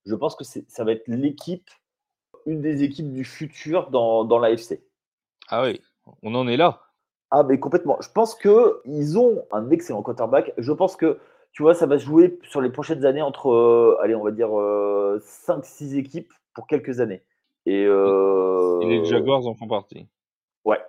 Je pense que ça va être une des équipes du futur dans l'AFC. Ah oui, on en est là. Ah, mais complètement. Je pense qu'ils ont un excellent quarterback. Je pense que, tu vois, ça va se jouer sur les prochaines années entre, allez, on va dire 5-6 équipes pour quelques années. Et Et les Jaguars en font partie. ouais.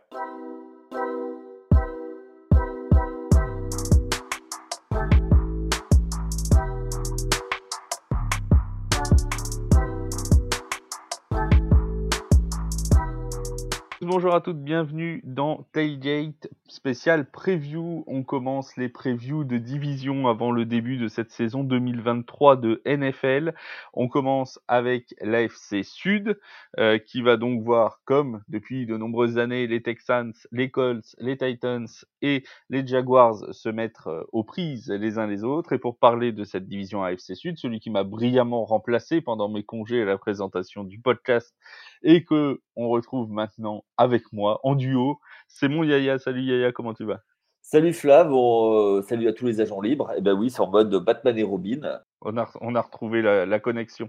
Bonjour à toutes, bienvenue dans Tailgate spécial preview. On commence les previews de division avant le début de cette saison 2023 de NFL. On commence avec l'AFC Sud, qui va donc voir, comme depuis de nombreuses années, les Texans, les Colts, les Titans et les Jaguars se mettre aux prises les uns les autres. Et pour parler de cette division AFC Sud, celui qui m'a brillamment remplacé pendant mes congés à la présentation du podcast et que on retrouve maintenant avec moi en duo, c'est mon Yaya. Salut Yaya, comment tu vas? Salut Flav, salut à tous les agents libres. Eh ben oui, c'est en mode Batman et Robin. On a retrouvé la connexion.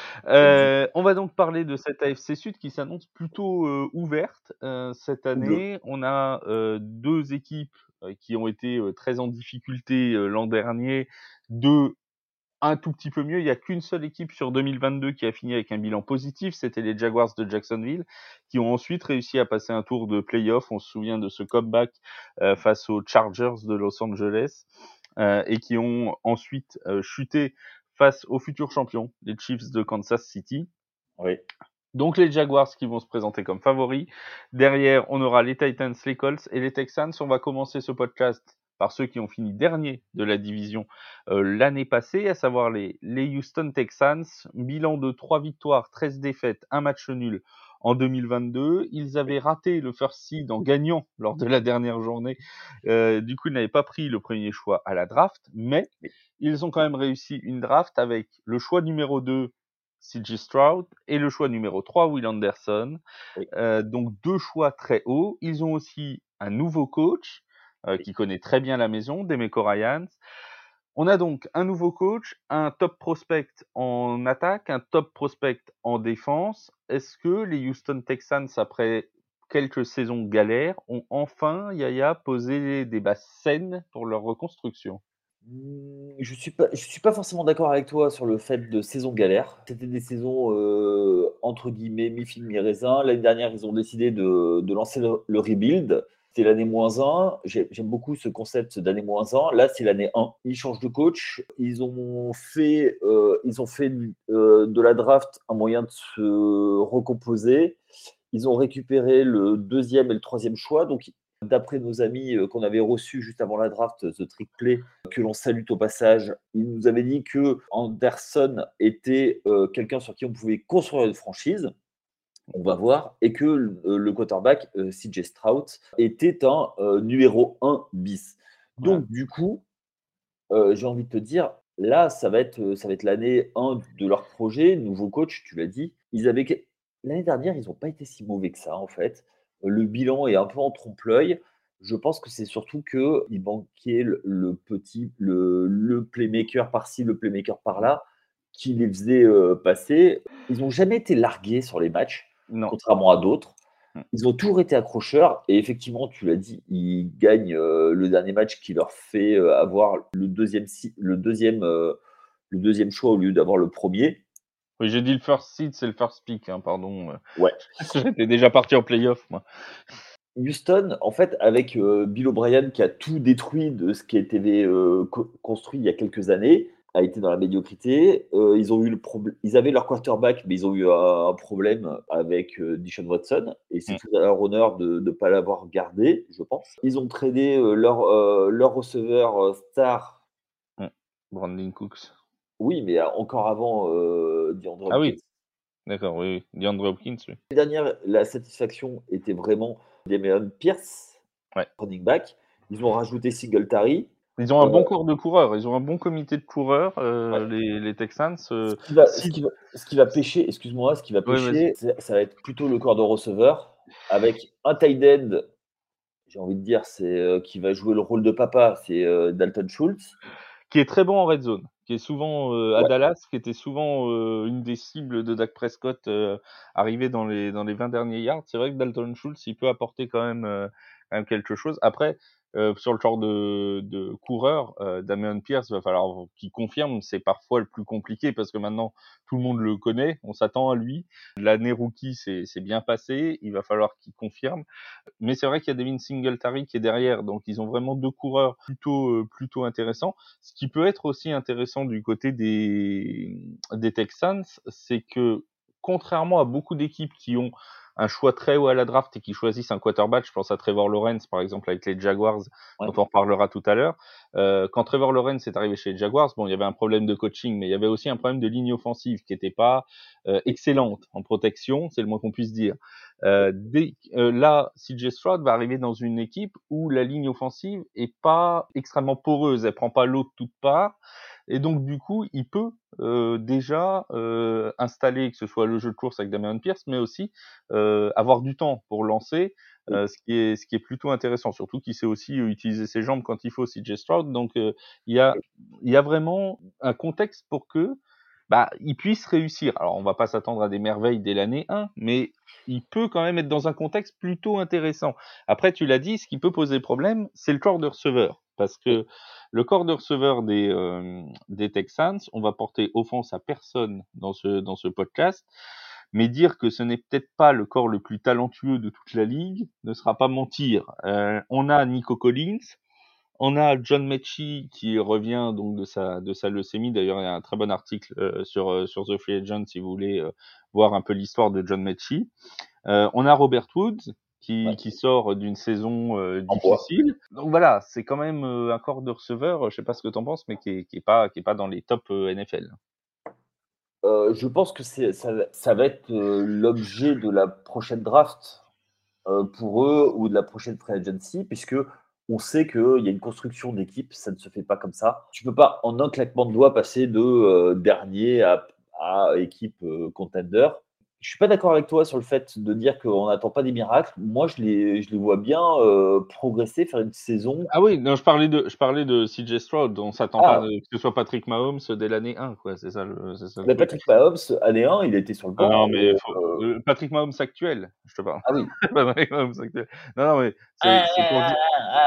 Exact. On va donc parler de cette AFC Sud qui s'annonce plutôt ouverte cette Oula. année. On a 2 équipes qui ont été très en difficulté l'an dernier, 2 un tout petit peu mieux. Il y a qu'une seule équipe sur 2022 qui a fini avec un bilan positif, c'était les Jaguars de Jacksonville, qui ont ensuite réussi à passer un tour de play-off. On se souvient de ce comeback face aux Chargers de Los Angeles, et qui ont ensuite chuté face aux futurs champions, les Chiefs de Kansas City. Oui. Donc les Jaguars qui vont se présenter comme favoris. Derrière, on aura les Titans, les Colts et les Texans. On va commencer ce podcast par ceux qui ont fini dernier de la division l'année passée, à savoir les Houston Texans. Bilan de 3 victoires, 13 défaites, un match nul en 2022. Ils avaient raté le first seed en gagnant lors de la dernière journée. Du coup, ils n'avaient pas pris le premier choix à la draft, mais Oui. ils ont quand même réussi une draft avec le choix numéro 2, C.J. Stroud, et le choix numéro 3, Will Anderson. Oui. Donc 2 choix très hauts. Ils ont aussi un nouveau coach Oui. qui connaît très bien la maison, Demeco Ryans. On a donc un nouveau coach, un top prospect en attaque, un top prospect en défense. Est-ce que les Houston Texans, après quelques saisons galères, ont enfin, Yaya, posé des bases saines pour leur reconstruction? Je suis pas forcément d'accord avec toi sur le fait de saison galère. C'était des saisons, entre guillemets «mi-figue, mi-raisin». L'année dernière, ils ont décidé de lancer le rebuild. C'est l'année -1. J'aime beaucoup ce concept d'année -1. Là, c'est l'année 1. Ils changent de coach. Ils ont fait de la draft un moyen de se recomposer. Ils ont récupéré le deuxième et le troisième choix. Donc, d'après nos amis qu'on avait reçus juste avant la draft, The Trick Play, que l'on salue au passage, ils nous avaient dit que Anderson était quelqu'un sur qui on pouvait construire une franchise. On va voir. Et que le quarterback, CJ Stroud, était un numéro 1 bis. Ouais. Donc, du coup, j'ai envie de te dire, là, ça va être l'année 1 de leur projet. Nouveau coach, tu l'as dit. L'année dernière, ils n'ont pas été si mauvais que ça, en fait. Le bilan est un peu en trompe-l'œil. Je pense que c'est surtout qu'il manquait le playmaker par-ci, le playmaker par-là, qui les faisait passer. Ils n'ont jamais été largués sur les matchs, Non. contrairement à d'autres. Mmh. Ils ont toujours été accrocheurs et effectivement, tu l'as dit, ils gagnent le dernier match qui leur fait avoir le deuxième choix au lieu d'avoir le premier. Oui, j'ai dit le first seed, c'est le first pick, hein, pardon. Ouais. J'étais déjà parti en playoff, moi. Houston, en fait, avec Bill O'Brien qui a tout détruit de ce qui a été construit il y a quelques années, a été dans la médiocrité. Ils avaient leur quarterback, mais ils ont eu un problème avec Deshaun Watson, et c'est Mmh. tout à leur honneur de ne pas l'avoir gardé, je pense. Ils ont tradé leur receveur star, Mmh. Brandon Cooks. oui, mais encore avant DeAndre Ah Hopkins. oui, d'accord, oui, oui. DeAndre Hopkins, oui. L'année dernière, la satisfaction était vraiment Dameon Pierce, Ouais. running back. Ils ont rajouté Singletary. Ils ont un Heu, bon corps de coureurs, ils ont un bon comité de coureurs, ouais. les Texans, Ce qui va ce si qui va ce qui va pêcher, excuse-moi, ce qui va ouais, vas-y. pêcher, ça va être plutôt le corps de receveur avec un tight end, j'ai envie de dire, qui va jouer le rôle de papa, c'est Dalton Schultz. Qui est très bon en red zone, qui est souvent à Dallas, qui était souvent une des cibles de Dak Prescott arrivé dans les 20 derniers yards. C'est vrai que Dalton Schultz, il peut apporter quand même quelque chose. Après, sur le genre de coureur, Dameon Pierce, va falloir qu'il confirme. C'est parfois le plus compliqué parce que maintenant tout le monde le connaît, on s'attend à lui. L'année rookie c'est bien passé, il va falloir qu'il confirme. Mais c'est vrai qu'il y a Devin Singletary qui est derrière, donc ils ont vraiment deux coureurs plutôt intéressants. Ce qui peut être aussi intéressant du côté des Texans, c'est que contrairement à beaucoup d'équipes qui ont un choix très haut à la draft et qui choisissent un quarterback, je pense à Trevor Lawrence par exemple avec les Jaguars, Ouais. dont on reparlera tout à l'heure. Quand Trevor Lawrence est arrivé chez les Jaguars, bon, il y avait un problème de coaching, mais il y avait aussi un problème de ligne offensive qui n'était pas excellente en protection, c'est le moins qu'on puisse dire. Là, CJ Stroud va arriver dans une équipe où la ligne offensive est pas extrêmement poreuse, elle prend pas l'eau de toutes parts, et donc du coup, il peut déjà installer que ce soit le jeu de course avec Dameon Pierce, mais aussi avoir du temps pour lancer, ce qui est plutôt intéressant, surtout qu'il sait aussi utiliser ses jambes quand il faut, CJ Stroud. Donc il y a vraiment un contexte pour que il puisse réussir. Alors on va pas s'attendre à des merveilles dès l'année 1, mais il peut quand même être dans un contexte plutôt intéressant. Après, tu l'as dit, ce qui peut poser problème, c'est le corps de receveur. Parce que le corps de receveur des Texans, on va porter offense à personne dans ce podcast, mais dire que ce n'est peut-être pas le corps le plus talentueux de toute la ligue ne sera pas mentir. On a Nico Collins, on a John Mechie qui revient donc de sa leucémie. D'ailleurs, il y a un très bon article sur The Free Agent si vous voulez voir un peu l'histoire de John Mechie. On a Robert Woods qui sort d'une saison En bois. difficile. Donc voilà, c'est quand même un corps de receveur, je sais pas ce que tu en penses, mais qui est pas dans les top NFL. Je pense que ça va être l'objet de la prochaine draft pour eux ou de la prochaine free agency, puisque on sait qu'il y a une construction d'équipe, ça ne se fait pas comme ça. Tu peux pas en un claquement de doigts passer de dernier à équipe contender. Je suis pas d'accord avec toi sur le fait de dire qu'on n'attend pas des miracles. Moi, je les vois bien progresser, faire une saison. Ah oui, non, je parlais de CJ Stroud. On s'attend pas Ah, que ce soit Patrick Mahomes dès l'année 1, quoi. C'est ça le mais truc. Patrick Mahomes, année 1, il était sur le Ah banc. non, mais Patrick Mahomes actuel, je te parle. Ah oui. Pas Patrick Mahomes actuel. Non, non, mais c'est pour dire,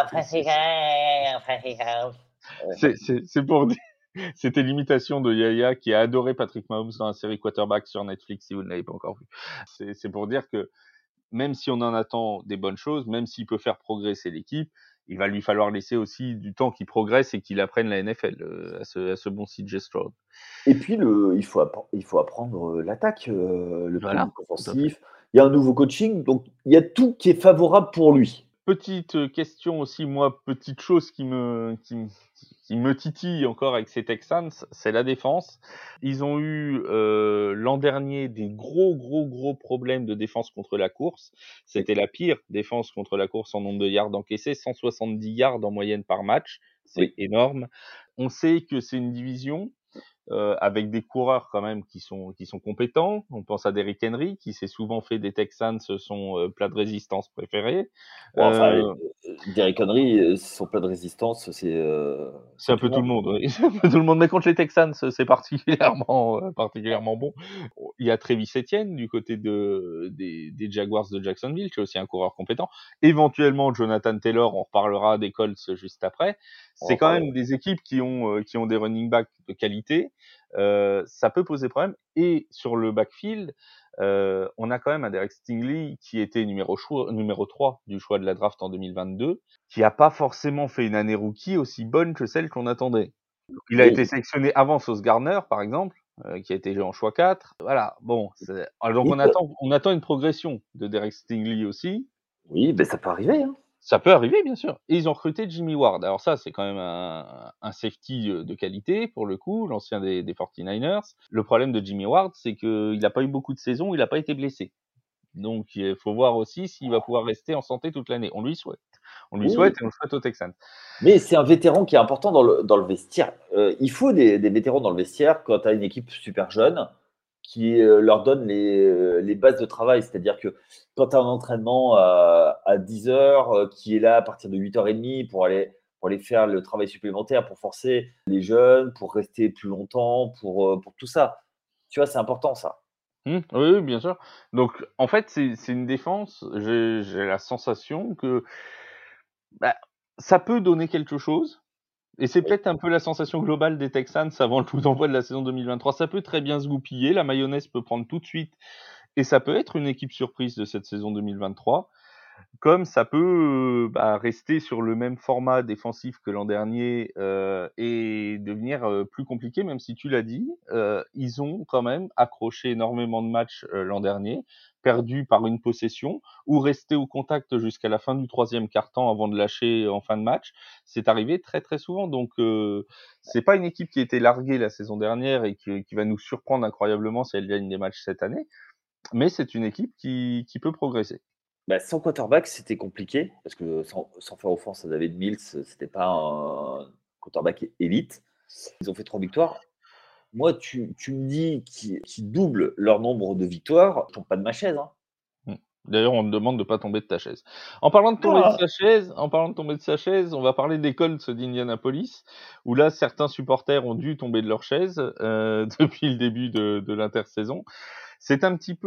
c'est pour dire, c'était l'imitation de Yaya qui a adoré Patrick Mahomes dans la série Quarterback sur Netflix si vous ne l'avez pas encore vu. C'est pour dire que même si on en attend des bonnes choses, même s'il peut faire progresser l'équipe, il va lui falloir laisser aussi du temps qu'il progresse et qu'il apprenne la NFL à ce bon CJ Stroud. Et puis, il faut apprendre l'attaque, le Voilà, playbook tout à fait. offensif. Il y a un nouveau coaching, donc il y a tout qui est favorable pour lui. Petite question aussi, moi, petite chose qui me titille encore avec ces Texans, c'est la défense. Ils ont eu l'an dernier des gros problèmes de défense contre la course. Oui, C'était la pire défense contre la course en nombre de yards encaissés, 170 yards en moyenne par match, c'est oui. énorme. On sait que c'est une division avec des coureurs quand même qui sont compétents. On pense à Derrick Henry qui s'est souvent fait des Texans son plat de résistance préféré. Bon, enfin, Euh, Derrick Henry, son plat de résistance, c'est c'est un tout peu le tout le monde. monde, oui. C'est un peu tout le monde. Mais contre les Texans, c'est particulièrement bon. Il y a Travis Etienne du côté des Jaguars de Jacksonville, qui est aussi un coureur compétent. Éventuellement, Jonathan Taylor, on reparlera des Colts juste après. On va C'est en quand parler. même des équipes qui ont des running backs de qualité. Ça peut poser problème. Et sur le backfield, on a quand même un Derek Stingley qui était numéro 3 du choix de la draft en 2022, qui a pas forcément fait une année rookie aussi bonne que celle qu'on attendait. Il a Oui, été sélectionné avant Sauce Gardner, par exemple, qui a été en choix 4. Voilà, bon, donc il peut on attend une progression de Derek Stingley aussi. oui, ben ça peut arriver, hein. Ça peut arriver, bien sûr. Et ils ont recruté Jimmy Ward. Alors ça, c'est quand même un safety de qualité, pour le coup, l'ancien des 49ers. Le problème de Jimmy Ward, c'est qu'il n'a pas eu beaucoup de saisons, il n'a pas été blessé. Donc, il faut voir aussi s'il va pouvoir rester en santé toute l'année. On lui souhaite. On lui souhaite Oui, et on le souhaite aux Texans. mais c'est un vétéran qui est important dans le vestiaire. Il faut des vétérans dans le vestiaire quand tu as une équipe super jeune qui leur donne les bases de travail. C'est-à-dire que quand tu as un entraînement à 10 heures, qui est là à partir de 8h30 pour aller pour aller faire le travail supplémentaire, pour forcer les jeunes, pour rester plus longtemps, pour tout ça. Tu vois, c'est important ça. Oui, oui, bien sûr. Donc en fait, c'est une défense, j'ai la sensation que, bah, ça peut donner quelque chose et c'est Oui. peut-être un peu la sensation globale des Texans avant le coup d'envoi de la saison 2023. Ça peut très bien se goupiller, la mayonnaise peut prendre tout de suite et ça peut être une équipe surprise de cette saison 2023. Comme ça peut, rester sur le même format défensif que l'an dernier, et devenir, plus compliqué, même si tu l'as dit, ils ont quand même accroché énormément de matchs, l'an dernier, perdus par une possession ou restés au contact jusqu'à la fin du 3e quart-temps avant de lâcher en fin de match. C'est arrivé très, très souvent donc c'est pas une équipe qui a été larguée la saison dernière et qui va nous surprendre incroyablement si elle gagne des matchs cette année, mais c'est une équipe qui peut progresser. Bah, sans quarterback, c'était compliqué parce que sans faire offense à David Mills, c'était pas un quarterback élite. Ils ont fait 3 victoires. Moi, tu me dis qu'ils doublent leur nombre de victoires, je tombe pas de ma chaise, hein. Mmh. D'ailleurs, on te demande de pas tomber de ta chaise. En parlant de tomber de Ah! sa chaise en parlant de tomber de sa chaise, on va parler des Colts d'Indianapolis, où là, certains supporters ont dû tomber de leur chaise, depuis le début de l'intersaison. C'est un petit peu,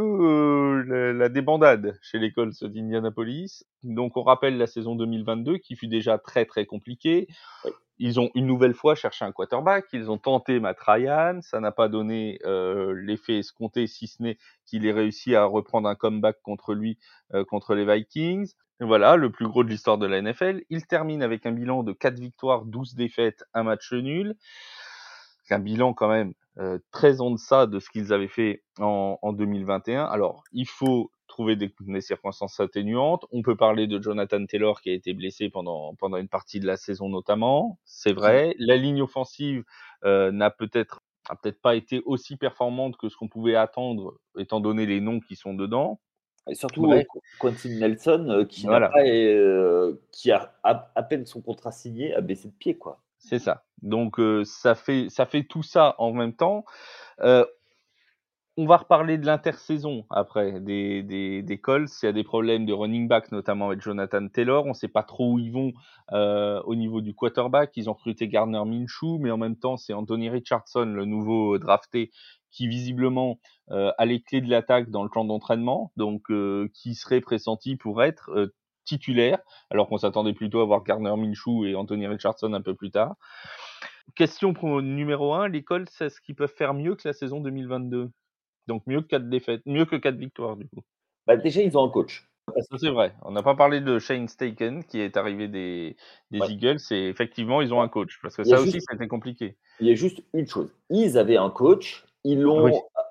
la débandade chez les Colts d'Indianapolis. Donc on rappelle la saison 2022 qui fut déjà très, très compliquée. Oui. Ils ont une nouvelle fois cherché un quarterback, ils ont tenté Matt Ryan, ça n'a pas donné, l'effet escompté, si ce n'est qu'il ait réussi à reprendre un comeback contre lui, contre les Vikings. Et voilà, le plus gros de l'histoire de la NFL. Il termine avec un bilan de 4 victoires, 12 défaites, un match nul. C'est un bilan quand même très en deçà de ce qu'ils avaient fait en 2021. Alors, il faut trouver des circonstances atténuantes. On peut parler de Jonathan Taylor qui a été blessé pendant une partie de la saison notamment. C'est Qui vrai. La ligne offensive a peut-être pas été aussi performante que ce qu'on pouvait attendre étant donné les noms qui sont dedans. Et surtout, Bref, Quentin Nelson, qui n'a voilà. pas, qui a à peine son contrat signé, a baissé de pied, quoi. C'est ça. Donc ça fait tout ça en même temps. Heu, on va reparler de l'intersaison après des Colts. Il y a des problèmes de running back, notamment avec Jonathan Taylor. On ne sait pas trop où ils vont, au niveau du quarterback. Ils ont recruté Gardner Minshew, mais en même temps, c'est Anthony Richardson, le nouveau drafté, qui visiblement, a les clés de l'attaque dans le camp d'entraînement, donc qui serait pressenti pour être, titulaire, alors qu'on s'attendait plutôt à voir Gardner Minshew et Anthony Richardson un peu plus tard. Question pour numéro 1, les Colts, est-ce qu'ils peuvent faire mieux que la saison 2022? Donc mieux que 4 défaites, mieux que 4 victoires du coup. Bah, déjà, ils ont un coach. Parce Ça que c'est vrai. On n'a pas parlé de Shane Steichen qui est arrivé des ouais, Eagles et effectivement ils ont un alors, coach parce que il y a ça aussi juste ça a été compliqué. il y a juste une chose. Ils avaient un coach, Oui,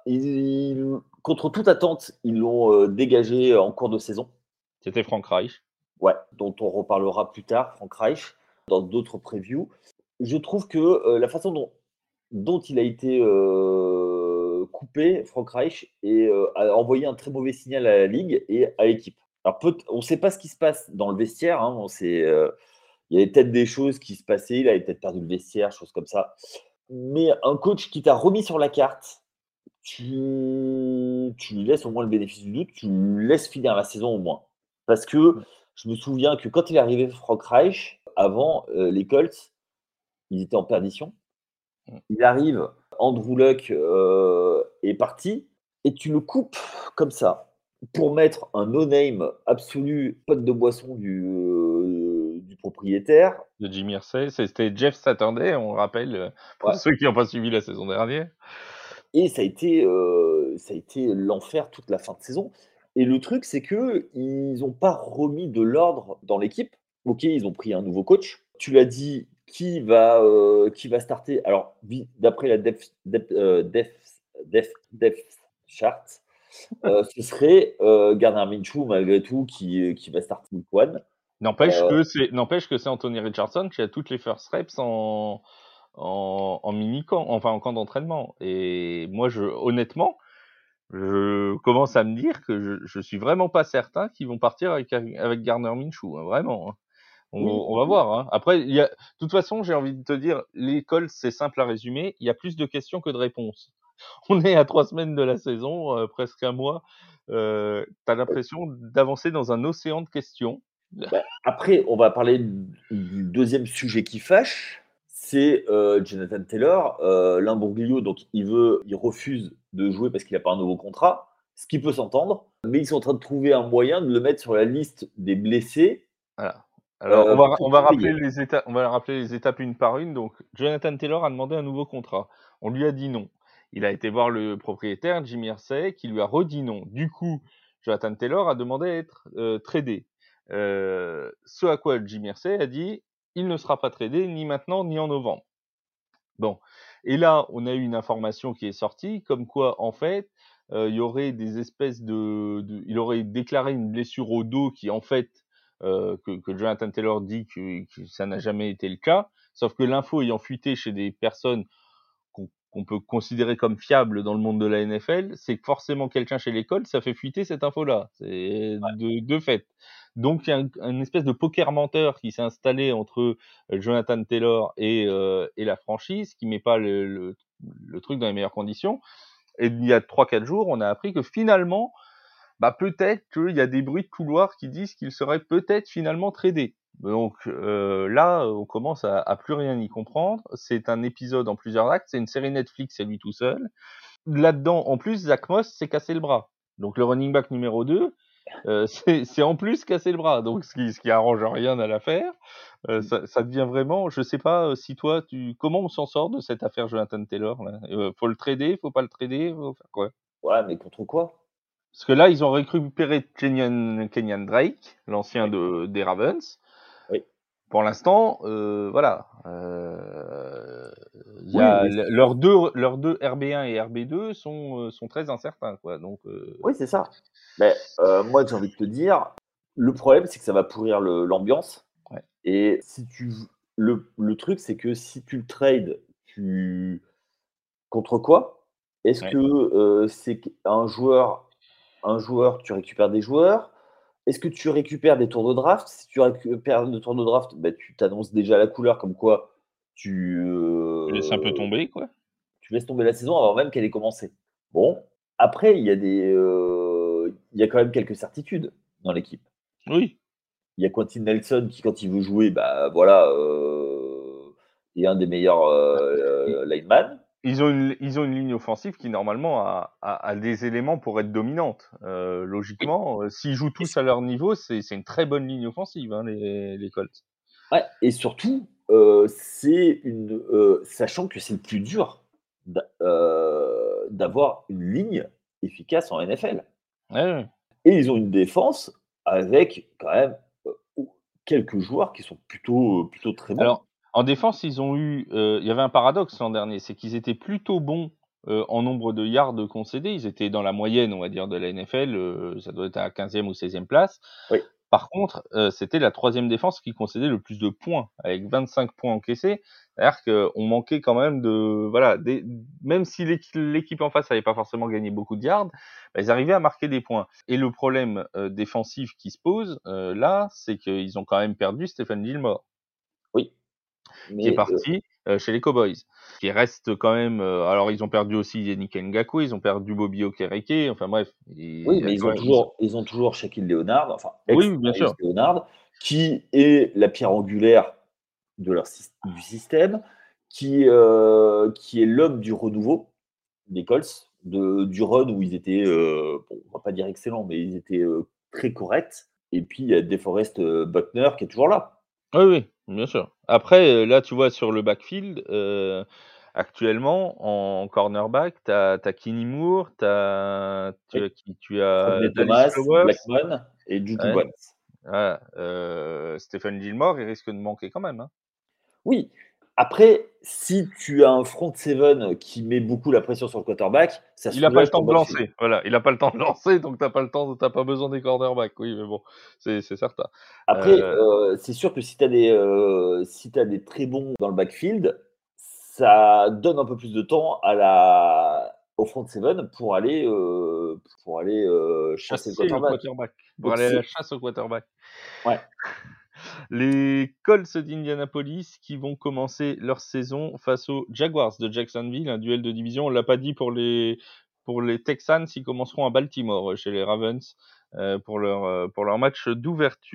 contre toute attente, ils l'ont, dégagé en cours de saison. c'était Frank Reich. Ouais, dont on reparlera plus tard, Frank Reich, dans d'autres previews. Je trouve que, la façon dont il a été, coupé, Frank Reich a envoyé un très mauvais signal à la ligue et à l'équipe. Alors on ne sait pas ce qui se passe dans le vestiaire, hein, il y avait peut-être des choses qui se passaient, il avait peut-être perdu le vestiaire, choses comme ça. Mais un coach qui t'a remis sur la carte, tu lui laisses au moins le bénéfice du doute, tu lui laisses finir la saison au moins. Parce que Mmh. je me souviens que quand il est arrivé Frank Reich, avant, les Colts, ils étaient en perdition. Mmh. Il arrive, Andrew Luck, est parti et tu le coupes comme ça pour mettre un no name absolu, pote de boisson du propriétaire. De Jimmy Irsay, c'était Jeff Saturday, on le rappelle, Ouais. pour ceux qui n'ont pas suivi la saison dernière. Et ça a été l'enfer toute la fin de saison. Et le truc, c'est qu'ils ont pas remis de l'ordre dans l'équipe. OK, ils ont pris un nouveau coach. Tu l'as dit, qui va starter? Alors, d'après la depth chart, ce serait, Gardner Minshew malgré tout qui va starter week 1. Heu, N'empêche que c'est Anthony Richardson qui a toutes les first reps en mini-camp, enfin en camp d'entraînement et moi honnêtement, je commence à me dire que je suis vraiment pas certain qu'ils vont partir avec Gardner Minshew, hein, vraiment, hein. oui, On va voir, hein. Après de toute façon, j'ai envie de te dire, l'école, c'est simple à résumer, il y a plus de questions que de réponses. On est à 3 semaines de la saison, presque un mois, tu as l'impression d'avancer dans un océan de questions Bah, après, on va parler du deuxième sujet qui fâche, c'est, Jonathan Taylor, l'imbroglio, donc il refuse de jouer parce qu'il a pas un nouveau contrat, ce qui peut s'entendre, mais ils sont en train de trouver un moyen de le mettre sur la liste des blessés, Voilà. Alors, on pour va surveiller. rappeler les étapes une par une. Donc, Jonathan Taylor a demandé un nouveau contrat. On lui a dit non. Il a été voir le propriétaire, Jim Irsay, qui lui a redit non. Du coup, Jonathan Taylor a demandé à être tradé. Ce à quoi Jim Irsay a dit, il ne sera pas tradé ni maintenant ni en novembre. Bon. Et là, on a eu une information qui est sortie, comme quoi, en fait, il y aurait des espèces il aurait déclaré une blessure au dos qui, en fait, que Jonathan Taylor dit que ça n'a jamais été le cas. Sauf que l'info ayant fuité chez des personnes qu'on peut considérer comme fiables dans le monde de la NFL, c'est que forcément quelqu'un chez l'école, ça fait fuiter cette info-là. C'est de fait. Donc il y a une espèce de poker menteur qui s'est installé entre Jonathan Taylor et la franchise, qui met pas le truc dans les meilleures conditions. Et il y a 3-4 jours, on a appris que finalement, bah peut-être qu'il y a des bruits de couloir qui disent qu'il serait peut-être finalement tradé. Donc là, on commence à plus rien y comprendre. C'est un épisode en plusieurs actes, c'est une série Netflix, c'est lui tout seul. Là-dedans, en plus, Zach Moss s'est cassé le bras. Donc le running back numéro 2, c'est en plus cassé le bras. Donc ce qui arrange rien à l'affaire. Ça devient vraiment, je sais pas si toi, comment on s'en sort de cette affaire Jonathan Taylor là. Faut le trader, faut pas le trader, faut faire quoi? Ouais, mais contre quoi? Parce que là, ils ont récupéré Kenyan Drake, l'ancien Oui, des Ravens. oui. Pour l'instant, voilà, il y Oui, a mais leurs deux RB1 et RB2 sont très incertains, quoi. Donc, oui, c'est ça. Mais, moi, j'ai envie de te dire, le problème, c'est que ça va pourrir l'ambiance ouais, et si tu le truc, c'est que si tu le trades, tu contre quoi? Est-ce que, ouais. c'est un joueur, tu récupères des joueurs? Est-ce que tu récupères des tours de draft? Si tu récupères des tours de draft, bah, tu t'annonces déjà la couleur comme quoi tu, Tu laisses un peu tomber, quoi. tu laisses tomber la saison avant même qu'elle ait commencé. Bon, après il y a quand même quelques certitudes dans l'équipe. Oui. Il y a Quentin Nelson qui, quand il veut jouer, bah, voilà, est un des meilleurs, Ils lineman. ils ont une ligne offensive qui normalement a des éléments pour être dominante. Oui, Logiquement, s'ils jouent et tous à leur niveau, c'est une très bonne ligne offensive, hein, les Colts. ouais, et surtout, sachant que c'est le plus dur d'avoir une ligne efficace en NFL. Ouais, ouais. Et ils ont une défense avec quand même, quelques joueurs qui sont plutôt très bons. Alors, en défense, il y avait un paradoxe l'an dernier, c'est qu'ils étaient plutôt bons, en nombre de yards concédés. Ils étaient dans la moyenne, on va dire, de la NFL, ça doit être à la 15e ou 16e place. Oui, Par contre, c'était la 3e défense qui concédait le plus de points, avec 25 points encaissés. C'est-à-dire qu'on manquait quand même de voilà, même si l'équipe en face avait pas forcément gagné beaucoup de yards, bah, ils arrivaient à marquer des points. Et le problème, défensif qui se pose, là, c'est qu'ils ont quand même perdu Stephen Gilmore, oui, qui est mais, parti, chez les Cowboys, qui reste quand même, alors ils ont perdu aussi Yannick Ngakoue, ils ont perdu Bobby Okereke, enfin bref, il oui, y a mais quand même ils ont ils ont toujours Shaquille Leonard, enfin oui, oui, bien ex-Marius sûr. Leonard, qui est la pierre angulaire de du système, qui est l'homme du renouveau des Colts, du run où ils étaient, bon, on va pas dire excellents, mais ils étaient, très corrects. Et puis il y a DeForest, Buckner qui est toujours là. Oui, oui, bien sûr. Après, là, tu vois, sur le backfield, actuellement, en cornerback, tu as Kenny Moore, tu Oui, as qui? Tu as Rodney Dallas Thomas, Flowers, Blackmon et Juju ouais, Brents. voilà, Stephen Gilmore, il risque de manquer quand même, hein. Oui, après, si tu as un front seven qui met beaucoup la pression sur le quarterback, ça Il a pas le soulage temps ton de backfield. lancer, voilà, il a pas le temps de lancer, donc tu pas besoin des cornerbacks, oui, mais bon, c'est certain. Après, Heu, c'est sûr que si tu as des très bons dans le backfield, ça donne un peu plus de temps au front seven pour aller, chasser le chasser le quarterback. quarterback, pour Donc aller à c'est la chasse au quarterback. ouais, Les Colts d'Indianapolis qui vont commencer leur saison face aux Jaguars de Jacksonville, un duel de division. On l'a pas dit pour les Texans, ils commenceront à Baltimore chez les Ravens pour leur match d'ouverture.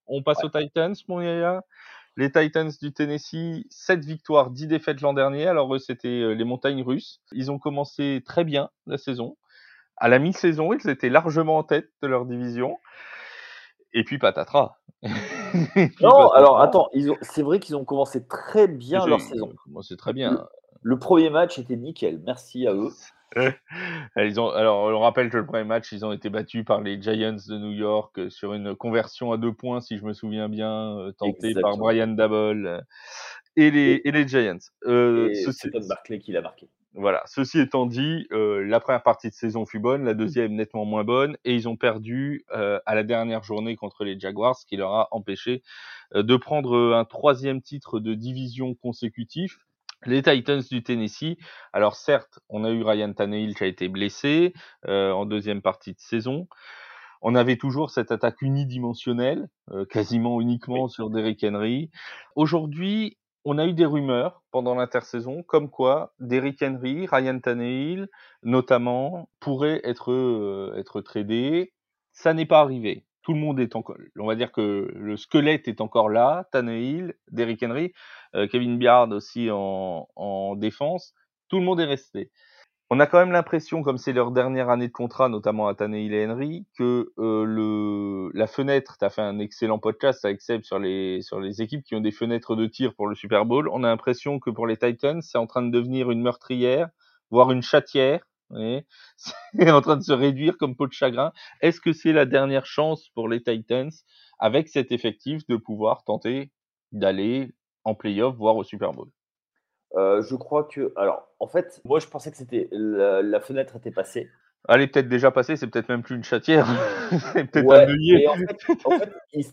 On passe aux Titans, mon Yaya. Les Titans du Tennessee, 7 victoires, 10 défaites l'an dernier. Alors eux, c'était les montagnes russes. Ils ont commencé très bien la saison. À la mi-saison, ils étaient largement en tête de leur division. Et puis patatras. Et puis Non, alors patatras. attends, c'est vrai qu'ils ont commencé très bien leur Ils saison. ont commencé très bien. Le premier match était nickel, merci à eux. Alors, on rappelle que le premier match, ils ont été battus par les Giants de New York sur une conversion à 2 points, si je me souviens bien, tentée par Exactement. Brian Daboll Et et les Giants. c'est Tom Barclay qui l'a marqué. Voilà. Ceci étant dit, la première partie de saison fut bonne, la deuxième nettement moins bonne, et ils ont perdu à la dernière journée contre les Jaguars, ce qui leur a empêché de prendre un 3e titre de division consécutif. Les Titans du Tennessee, alors certes, on a eu Ryan Tannehill qui a été blessé en deuxième partie de saison. On avait toujours cette attaque unidimensionnelle, quasiment uniquement Oui. sur Derrick Henry. Aujourd'hui, on a eu des rumeurs pendant l'intersaison comme quoi Derrick Henry, Ryan Tannehill, notamment, pourraient être tradés. Ça n'est pas arrivé. Tout le monde est encore, on va dire que le squelette est encore là. Tannehill, Derrick Henry, Kevin Byard aussi en défense. Tout le monde est resté. On a quand même l'impression, comme c'est leur dernière année de contrat, notamment à Tannehill et Henry, que la fenêtre, tu as fait un excellent podcast avec Seb sur les équipes qui ont des fenêtres de tir pour le Super Bowl. On a l'impression que pour les Titans, c'est en train de devenir une meurtrière, voire une chatière. Vous voyez, c'est en train de se réduire comme peau de chagrin. Est-ce que c'est la dernière chance pour les Titans, avec cet effectif, de pouvoir tenter d'aller en playoff, voire au Super Bowl? Je crois que alors, en fait, moi, je pensais que c'était la fenêtre était passée. Elle est peut-être déjà passée, c'est peut-être même plus une chatière, c'est peut-être un Ouais, œillet. mais en fait,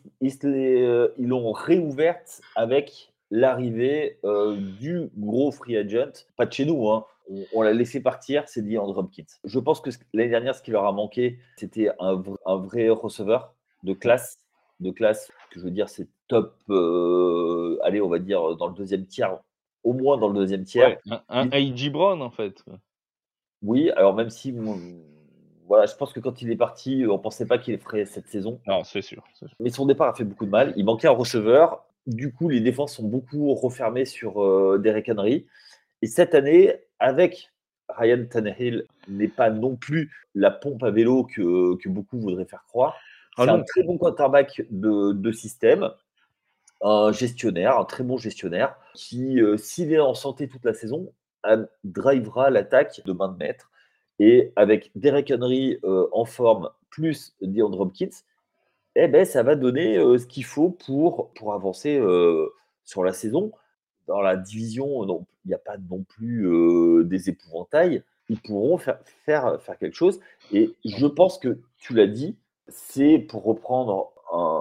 ils l'ont réouverte avec l'arrivée, du gros free agent, pas de chez nous, hein. On l'a laissé partir, c'est DeAndre Hopkins. Je pense que l'année dernière, ce qui leur a manqué, c'était un vrai receveur de classe que je veux dire, c'est top, allez, on va dire, dans le deuxième tiers, au moins dans le deuxième tiers. Ouais, un Ils A.J. Brown, en fait. Oui, alors même si, voilà, je pense que quand il est parti, on pensait pas qu'il ferait cette saison. Non, c'est sûr, c'est sûr. Mais son départ a fait beaucoup de mal. Il manquait un receveur. Du coup, les défenses sont beaucoup refermées sur Derrick Henry. Et cette année, avec Ryan Tannehill, n'est pas non plus la pompe à vélo que beaucoup voudraient faire croire. Ah C'est un non, très bon quarterback de système, un gestionnaire, un très bon gestionnaire, qui, s'il est en santé toute la saison, drivera l'attaque de main de maître. Et avec Derrick Henry en forme, plus DeAndre Hopkins, eh ben, ça va donner ce qu'il faut pour avancer sur la saison. Dans la division, non, il n'y a pas non plus des épouvantails. Ils pourront faire quelque chose. Et je pense que tu l'as dit, c'est pour reprendre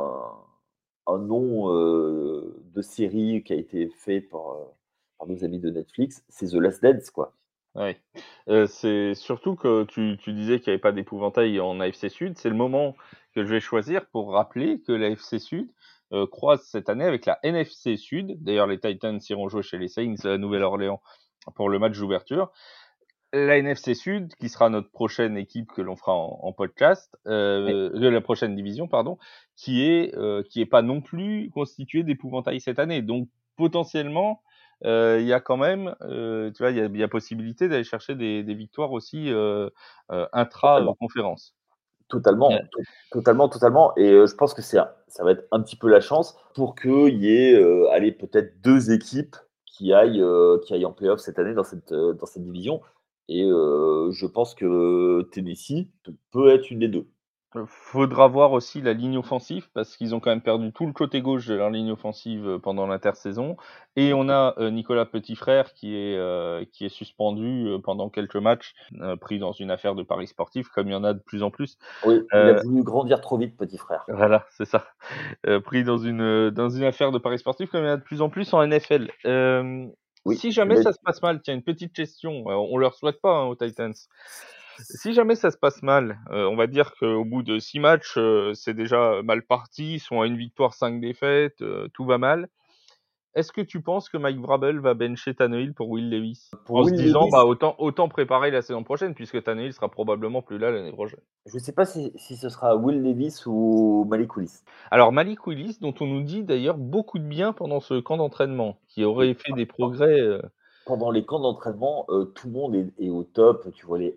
un nom de série qui a été fait par nos amis de Netflix, c'est The Last Dance, quoi. ouais. C'est surtout que tu disais qu'il y avait pas d'épouvantail en AFC Sud. C'est le moment que je vais choisir pour rappeler que l'AFC Sud, croise cette année avec la NFC Sud. D'ailleurs, les Titans iront jouer chez les Saints à Nouvelle-Orléans pour le match d'ouverture. La NFC Sud, qui sera notre prochaine équipe que l'on fera en podcast, Ouais, de la prochaine division, pardon, qui est pas non plus constituée d'épouvantail cette année. Donc potentiellement, il y a quand même, tu vois, il y a possibilité d'aller chercher des victoires aussi intra totalement. conférence. Totalement, totalement, totalement. Et je pense que ça va être un petit peu la chance pour qu'il y ait, allez, peut-être 2 équipes qui aillent en playoff cette année dans cette division. Et je pense que Tennessee peut être une des 2. Faudra voir aussi la ligne offensive parce qu'ils ont quand même perdu tout le côté gauche de leur ligne offensive pendant l'intersaison et on a Nicolas Petitfrère qui est suspendu pendant quelques matchs pris dans une affaire de paris sportifs comme il y en a de plus en plus. Oui, il a Euh, voulu grandir trop vite, petit frère. voilà, c'est ça. Pris dans une affaire de paris sportifs comme il y en a de plus en plus en NFL. Oui, Si eh jamais ben, ça se passe mal, tiens, une petite question, on leur souhaite pas hein, aux Titans. Si jamais ça se passe mal, on va dire qu'au bout de 6 matchs, c'est déjà mal parti, ils sont à 1 victoire, 5 défaites, tout va mal. Est-ce que tu penses que Mike Vrabel va bencher Tannehill pour Will Levis? Pour En se Will disant, Levis, autant préparer la saison prochaine, puisque Tannehill sera probablement plus là l'année prochaine. je ne sais pas si ce sera Will Levis ou Malik Willis. Alors Malik Willis, dont on nous dit d'ailleurs beaucoup de bien pendant ce camp d'entraînement, qui aurait Oui. fait des progrès. Pendant les camps d'entraînement, tout le monde est au top. Tu vois,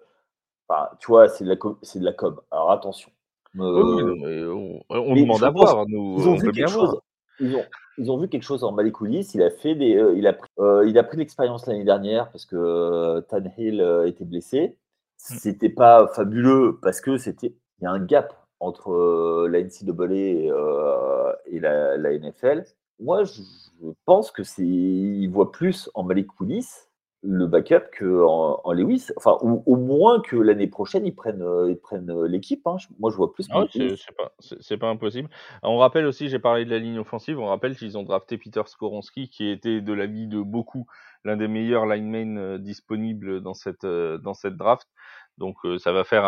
tu vois, c'est de la com. Alors attention. Oui, oui, non, Euh, mais on mais demande je à pense voir, nous, qu'ils ont on vu peut quelque bien voir. chose. Ils ont vu quelque chose en Malik Willis. Il a pris l'expérience l'année dernière parce que Tannehill était blessé. Mm. C'était pas fabuleux parce que il y a un gap entre la NCAA et la NFL. Moi, je pense il voit plus en Malik Willis le backup en Lewis. Enfin, ou au moins que l'année prochaine ils prennent l'équipe. Hein. Moi, je vois plus Ah oui, Malik Willis. c'est pas impossible. On rappelle aussi, j'ai parlé de la ligne offensive, on rappelle qu'ils ont drafté Peter Skoronski, qui était de l'avis de beaucoup l'un des meilleurs linemen disponibles dans cette draft. Donc ça va faire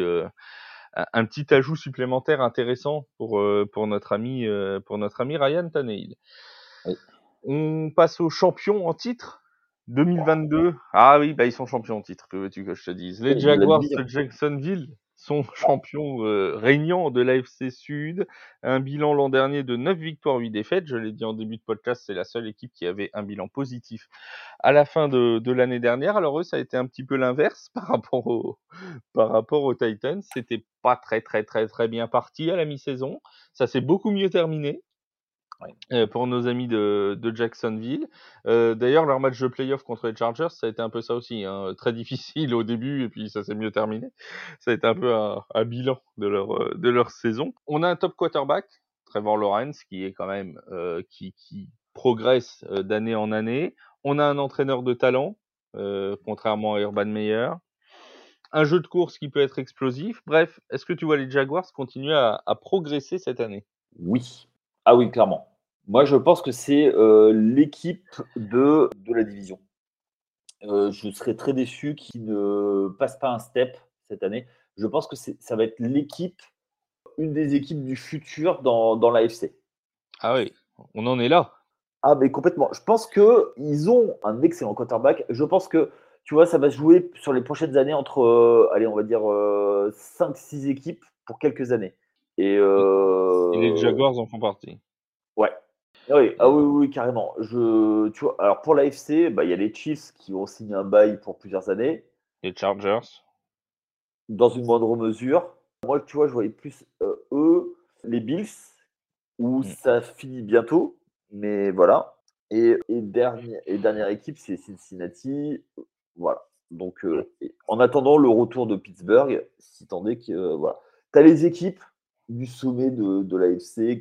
un petit ajout supplémentaire intéressant pour notre ami Ryan Tannehill. Oui. On passe aux champions en titre 2022. Ah oui, bah ils sont champions en titre, que veux-tu que je te dise. Les Oui, de la Jaguars division. de Jacksonville sont champions régnants de l'AFC Sud. Un bilan l'an dernier de 9 victoires, 8 défaites. Je l'ai dit en début de podcast, c'est la seule équipe qui avait un bilan positif à la fin de l'année dernière. Alors eux, ça a été un petit peu l'inverse par rapport aux Titans. C'était pas très très très très bien parti à la mi-saison. Ça s'est beaucoup mieux terminé Oui. pour nos amis de Jacksonville. D'ailleurs, leur match de playoff contre les Chargers, ça a été un peu ça aussi, hein. Très difficile au début et puis ça s'est mieux terminé. Ça a été un peu un bilan de leur saison. On a un top quarterback, Trevor Lawrence, qui est quand même qui progresse d'année en année. On a un entraîneur de talent, contrairement à Urban Meyer. Un jeu de course qui peut être explosif. Bref, est-ce que tu vois les Jaguars continuer à progresser cette année? Oui. Ah oui, clairement. Moi, je pense que c'est l'équipe de la division. Je serais très déçu qu'ils ne passent pas un step cette année. Je pense que ça va être une des équipes du futur dans l'AFC. Ah oui, on en est là. Ah, mais complètement. Je pense qu'ils ont un excellent quarterback. Je pense que, tu vois, ça va se jouer sur les prochaines années entre, allez, on va dire 5-6 équipes pour quelques années. Et Et les Jaguars en font partie. ouais. Ah oui, ah Et oui, oui, oui, carrément. Tu vois, alors pour l'AFC, bah, il y a les Chiefs qui ont signé un bail pour plusieurs années, les Chargers. dans une moindre mesure. Moi, tu vois, je voyais plus eux, les Bills, où Mmh. ça finit bientôt, mais voilà. Et dernière équipe, c'est Cincinnati. Voilà. Donc, en attendant le retour de Pittsburgh, si tant est que, voilà. Tu as les équipes du sommet de l'AFC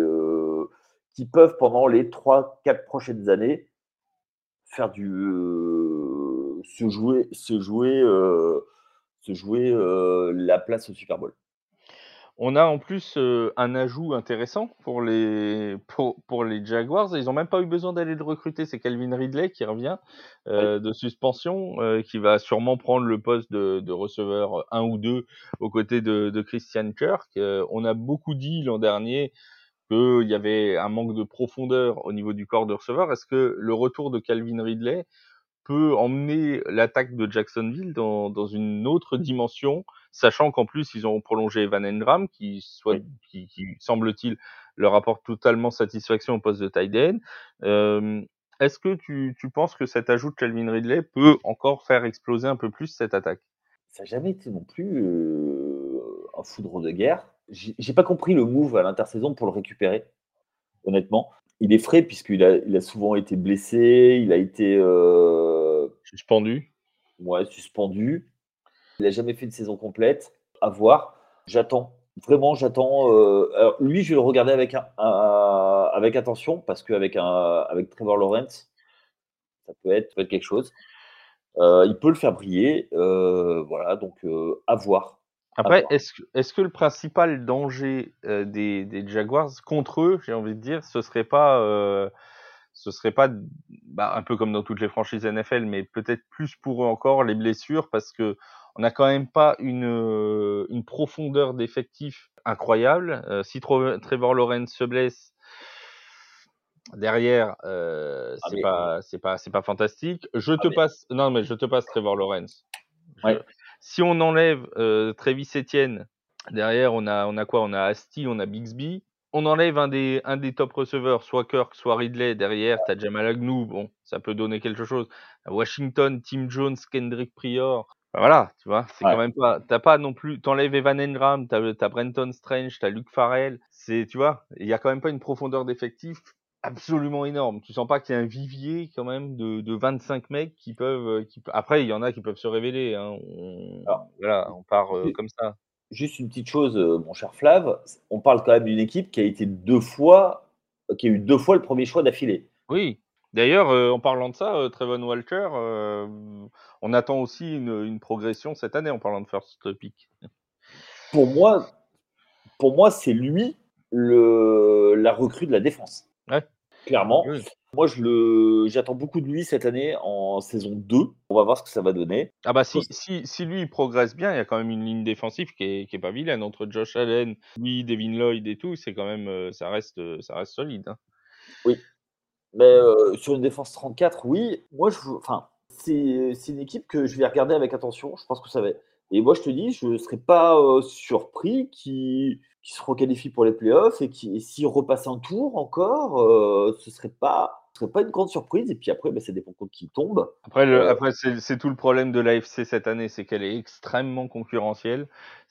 qui peuvent, pendant les 3-4 prochaines années, faire se jouer la place au Super Bowl. On a en plus, un ajout intéressant pour les Jaguars. Ils ont même pas eu besoin d'aller le recruter. C'est Calvin Ridley qui revient, Oui. de suspension, qui va sûrement prendre le poste de receveur 1 ou 2 aux côtés de Christian Kirk. On a beaucoup dit l'an dernier qu'il y avait un manque de profondeur au niveau du corps de receveurs. Est-ce que le retour de Calvin Ridley peut emmener l'attaque de Jacksonville dans une autre dimension, sachant qu'en plus ils ont prolongé Evan Engram, Oui. qui semble-t-il leur apporte totalement satisfaction au poste de tight end. Est-ce que tu penses que cet ajout de Calvin Ridley peut encore faire exploser un peu plus cette attaque? Ça n'a jamais été non plus un foudre de guerre. J'ai pas compris le move à l'intersaison pour le récupérer, honnêtement. Il est frais puisqu'il a souvent été blessé, il a été Suspendu? ouais, suspendu. Il n'a jamais fait une saison complète. À voir. J'attends. Vraiment, j'attends. Alors, lui, je vais le regarder avec attention parce avec Trevor Lawrence, ça peut être quelque chose. Il peut le faire briller. Voilà, donc à voir. À Après, voir. est-ce que le principal danger, des Jaguars contre eux, j'ai envie de dire, ce serait pas un peu comme dans toutes les franchises NFL, mais peut-être plus pour eux encore, les blessures, parce qu'on n'a quand même pas une profondeur d'effectif incroyable. Si Trevor Lawrence se blesse, Derrière, Ah c'est mais, pas fantastique. Je ah te mais, passe non, mais je te passe Trevor Lawrence. Je ouais, Si on enlève, Travis Etienne, derrière on a quoi? On a Asti, on a Bigsby. On enlève un des top receveurs, soit Kirk, soit Ridley. Derrière, tu as Jamal Agnew, bon, ça peut donner quelque chose. Washington, Tim Jones, Kendrick Pryor. Bah, voilà, tu vois? C'est quand ouais. même pas tu pas non plus tu enlèves Evan Engram, tu as Brenton Strange, tu as Luke Farrell. Tu vois? Il y a quand même pas une profondeur d'effectif absolument énorme. Tu sens pas qu'il y a un vivier quand même de 25 mecs après il y en a qui peuvent se révéler, hein. Alors, Voilà, on part, ju comme ça. juste une petite chose, mon cher Flav, on parle quand même d'une équipe qui a été 2 fois qui a eu 2 fois le premier choix d'affilée. Oui. D'ailleurs, en parlant de ça, Trevon Walker, on attend aussi une progression cette année en parlant de first pick. Pour moi pour moi, c'est lui la recrue de la défense. Ouais, Clairement, oui. moi j'attends beaucoup de lui cette année en saison 2. On va voir ce que ça va donner. Ah bah, Je pense si lui il progresse bien, il y a quand même une ligne défensive qui est pas vilaine entre Josh Allen, lui, Devin Lloyd et tout, c'est quand même, ça reste solide, hein. oui, mais Donc sur une défense 34, oui. Moi, enfin, c'est une équipe que je vais regarder avec attention. Je pense que ça va et moi, je te dis, je ne serais pas, surpris qu'ils se requalifient pour les playoffs et s'ils repassent un tour encore, ce serait pas une grande surprise et puis après, bah, ça dépend contre qui tombe. après c'est tout le problème de l'AFC cette année, c'est qu'elle est extrêmement concurrentielle.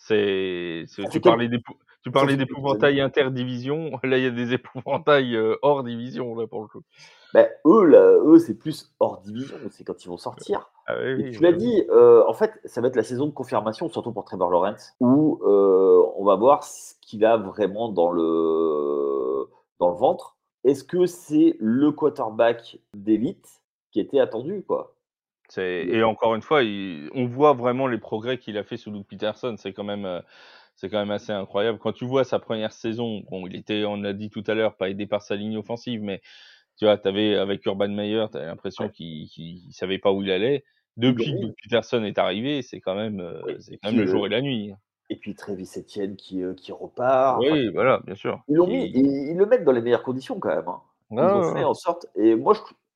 Ça fait Tu quelques parlais ça fait quelques années. d'épouvantails interdivisions, là il y a des épouvantails, hors division là pour le coup. Bah, eux, là, eux, c'est plus hors division, c'est quand ils vont sortir. Ah oui, Et oui, tu l'as bah oui. dit, en fait, ça va être la saison de confirmation, surtout pour Trevor Lawrence, où on va voir ce qu'il a vraiment dans le ventre. Est-ce que c'est le quarterback d'élite qui était attendu, quoi? Et encore une fois, on voit vraiment les progrès qu'il a fait sous Doug Peterson. C'est quand même assez incroyable. Quand tu vois sa première saison, bon, il était, on l'a dit tout à l'heure, pas aidé par sa ligne offensive, mais tu vois, t'avais avec Urban Meyer, tu avais l'impression Ouais, qu'il savait pas où il allait. ils l'ont Depuis que Doug mis, Peterson est arrivé, oui, c'est quand même puis, le jour et la nuit. et puis Travis Etienne qui repart, enfin, Oui, voilà, bien sûr. ils l'ont mis et ils le mettent dans les meilleures conditions quand même, hein. Ouais, Ils ont ouais, fait ouais. en sorte et moi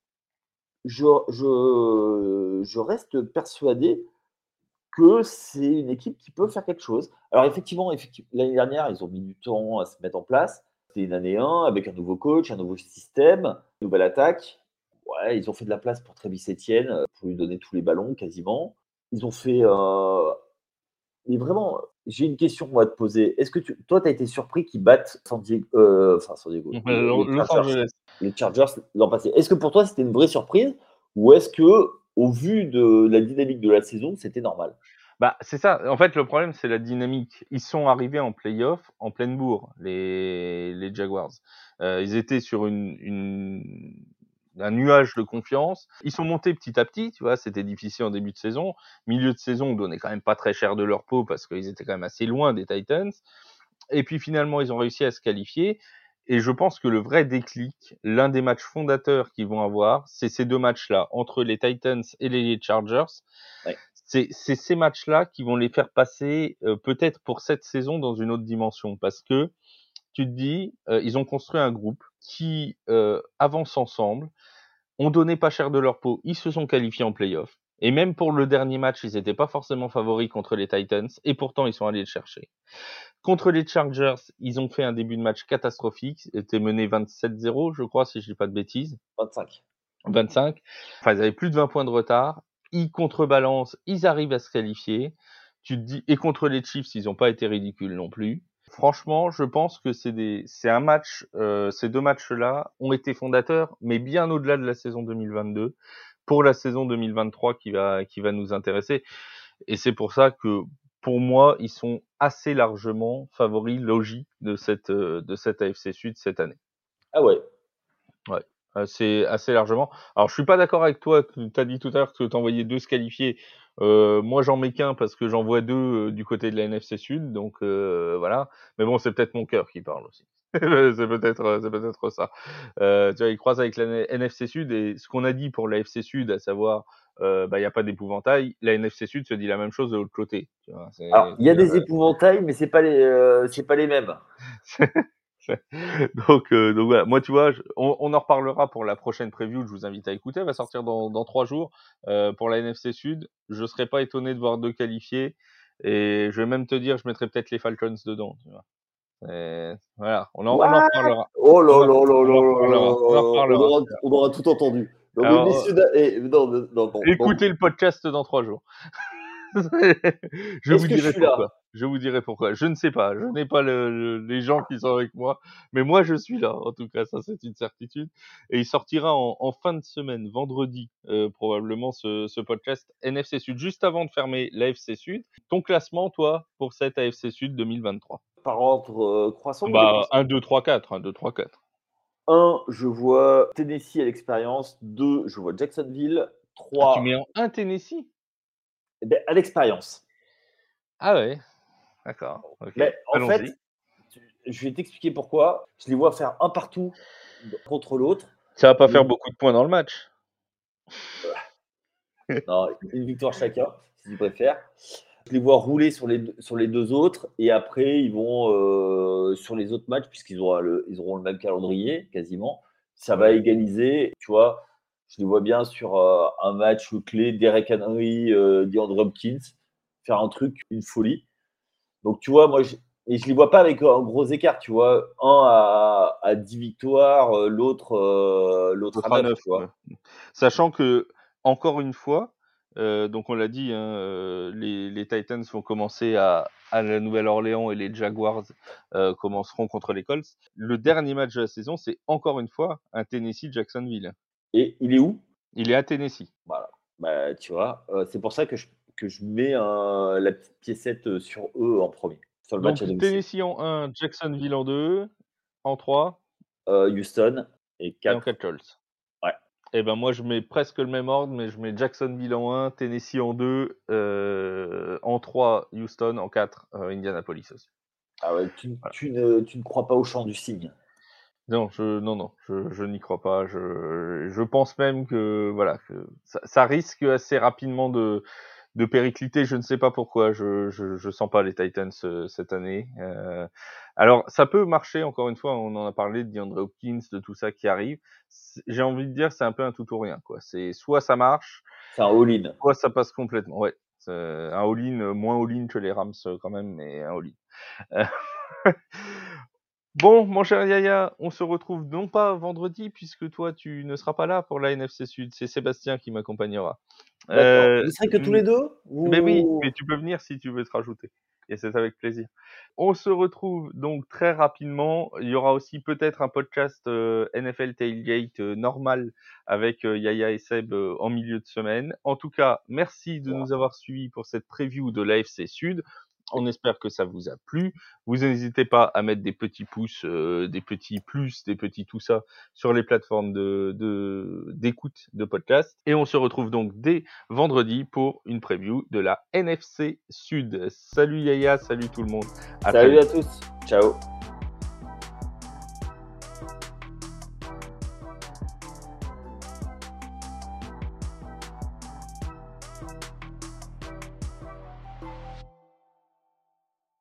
je reste persuadé que c'est une équipe qui peut faire quelque chose. Alors effectivement, l'année dernière, ils ont mis du temps à se mettre en place. C'était une année 1 avec un nouveau coach, un nouveau système, une nouvelle attaque. Ouais, ils ont fait de la place pour Travis Etienne, pour lui donner tous les ballons quasiment. Ils ont fait, mais vraiment, j'ai une question moi à te poser. Est-ce que toi, tu as été surpris qu'ils battent San Diego, les Los Chargers Angeles. l'an passé? Est-ce que pour toi, c'était une vraie surprise ou est-ce que, au vu de la dynamique de la saison, c'était normal? Bah, c'est ça. En fait, le problème, c'est la dynamique. Ils sont arrivés en play-off en pleine bourre, les Jaguars. Ils étaient sur un nuage de confiance. Ils sont montés petit à petit, tu vois. C'était difficile en début de saison. Milieu de saison, on donnait quand même pas très cher de leur peau parce qu'ils étaient quand même assez loin des Titans. Et puis finalement, ils ont réussi à se qualifier. Et je pense que le vrai déclic, l'un des matchs fondateurs qu'ils vont avoir, c'est ces deux matchs-là, entre les Titans et les Chargers. Ouais. C'est ces matchs-là qui vont les faire passer, peut-être pour cette saison dans une autre dimension. Parce que tu te dis, ils ont construit un groupe qui avance ensemble, ont donné pas cher de leur peau, ils se sont qualifiés en play-off. Et même pour le dernier match, ils n'étaient pas forcément favoris contre les Titans, et pourtant ils sont allés le chercher. Contre les Chargers, ils ont fait un début de match catastrophique, ils étaient menés 27-0, je crois, si je dis pas de bêtises. 25. 25. Enfin, ils avaient plus de 20 points de retard. Ils contrebalancent, ils arrivent à se qualifier. Tu te dis, et contre les Chiefs, ils n'ont pas été ridicules non plus. Franchement, je pense que c'est un match, ces deux matchs-là ont été fondateurs, mais bien au-delà de la saison 2022, pour la saison 2023 qui va nous intéresser. Et c'est pour ça que, pour moi, ils sont assez largement favoris logiques de cette AFC Sud cette année. Ah ouais. Ouais, assez largement. Alors je suis pas d'accord avec toi, tu as dit tout à l'heure que tu envoyais 2 se qualifier. Moi j'en mets qu'un parce que j'en vois 2 du côté de la NFC Sud, donc voilà. Mais bon, c'est peut-être mon cœur qui parle aussi. C'est peut-être ça. Tu vois, ils croisent avec la NFC Sud et ce qu'on a dit pour la FC Sud, à savoir, bah, il y a pas d'épouvantail, la NFC Sud se dit la même chose de l'autre côté, tu vois? Alors, il y a des épouvantails, mais c'est pas les mêmes. Donc voilà. Moi, tu vois, on en reparlera pour la prochaine preview. Je vous invite à écouter. Elle va sortir dans 3 jours pour la NFC Sud. Je serais pas étonné de voir 2 qualifiés. Et je vais même te dire, je mettrai peut-être les Falcons dedans. Tu vois. Voilà, on en What? reparlera. Oh On là en, là là on en là là reparlera. On en là. reparlera. On aura tout entendu. Non mais Alors, messieurs, non, non, non, non, non. écoutez le podcast dans 3 jours. Je Est-ce vous que je dirai suis là? pourquoi. Je vous dirai pourquoi. Je ne sais pas. Je n'ai pas les gens qui sont avec moi. Mais moi, je suis là. En tout cas, ça, c'est une certitude. Et il sortira en fin de semaine, vendredi, probablement, ce podcast NFC Sud, juste avant de fermer l'AFC Sud. Ton classement, toi, pour cette AFC Sud 2023? Par ordre croissant ou Bah, décroissant? 1, 2, 3, 4. 1, 2, 3, 4. 1, je vois Tennessee à l'expérience. 2, je vois Jacksonville. Ah, tu mets 3, en 1 Tennessee? eh beh, à l'expérience. Ah ouais, d'accord. OK. Mais en Allons-y. fait, je vais t'expliquer pourquoi. Je les vois faire un partout contre l'autre. Ça va pas faire Les beaucoup de points dans le match. Non, une victoire chacun, si tu préfères. Je les vois rouler sur les 2 autres et après ils vont, sur les autres matchs puisqu'ils ils auront le même calendrier quasiment. Ça va Ouais. égaliser, tu vois? Je les vois bien sur, un match clé, Derrick Henry, DeAndre Hopkins, faire un truc, une folie. Donc tu vois, moi je les vois pas avec un gros écart, tu vois? Un à 10 victoires, l'autre à L'autre à 9, 9, tu ouais. vois? Sachant que encore une fois, donc on l'a dit, hein, les Titans vont commencer à la Nouvelle-Orléans et les Jaguars, commenceront contre les Colts. Le dernier match de la saison, c'est encore une fois un Tennessee-Jacksonville. Et il est où? Il est à Tennessee. Voilà. Bah, tu vois, c'est pour ça que je mets la petite piécette, sur eux en premier sur le match Donc à domicile. Tennessee en 1, Jacksonville en 2, en 3 Houston et et en 4. 4 Colts. Ouais. Et ben moi je mets presque le même ordre, mais je mets Jacksonville en 1, Tennessee en 2, en 3 Houston, en 4 Indianapolis aussi. Ah ouais, Voilà. tu ne crois pas au chant du cygne? Non, je n'y crois pas. Je pense même que voilà, que ça risque assez rapidement de péricliter. Je ne sais pas pourquoi. Je sens pas les Titans cette année. Alors ça peut marcher. Encore une fois, on en a parlé de DeAndre Hopkins, de tout ça qui arrive. J'ai envie de dire, c'est un peu un tout ou rien, quoi. C'est soit ça marche, C'est un all-in. soit ça passe complètement. Ouais, c'est un all-in, moins all-in que les Rams quand même, mais un all-in. Bon, mon cher Yaya, on se retrouve non pas vendredi, puisque toi, tu ne seras pas là pour la NFC Sud. C'est Sébastien qui m'accompagnera. D'accord. Vous serez que tous Mmh, les 2? beh oui, Ou mais tu peux venir si tu veux te rajouter et c'est avec plaisir. On se retrouve donc très rapidement. Il y aura aussi peut-être un podcast, NFL Tailgate, normal avec, Yaya et Seb, en milieu de semaine. En tout cas, merci de voilà. nous avoir suivis pour cette preview de l'AFC Sud. On espère que ça vous a plu. Vous n'hésitez pas à mettre des petits pouces, des petits plus, des petits tout ça sur les plateformes d'écoute de podcasts et on se retrouve donc dès vendredi pour une preview de la NFC Sud. Salut Yaya, salut tout le monde. À très Salut à vite. tous. Ciao.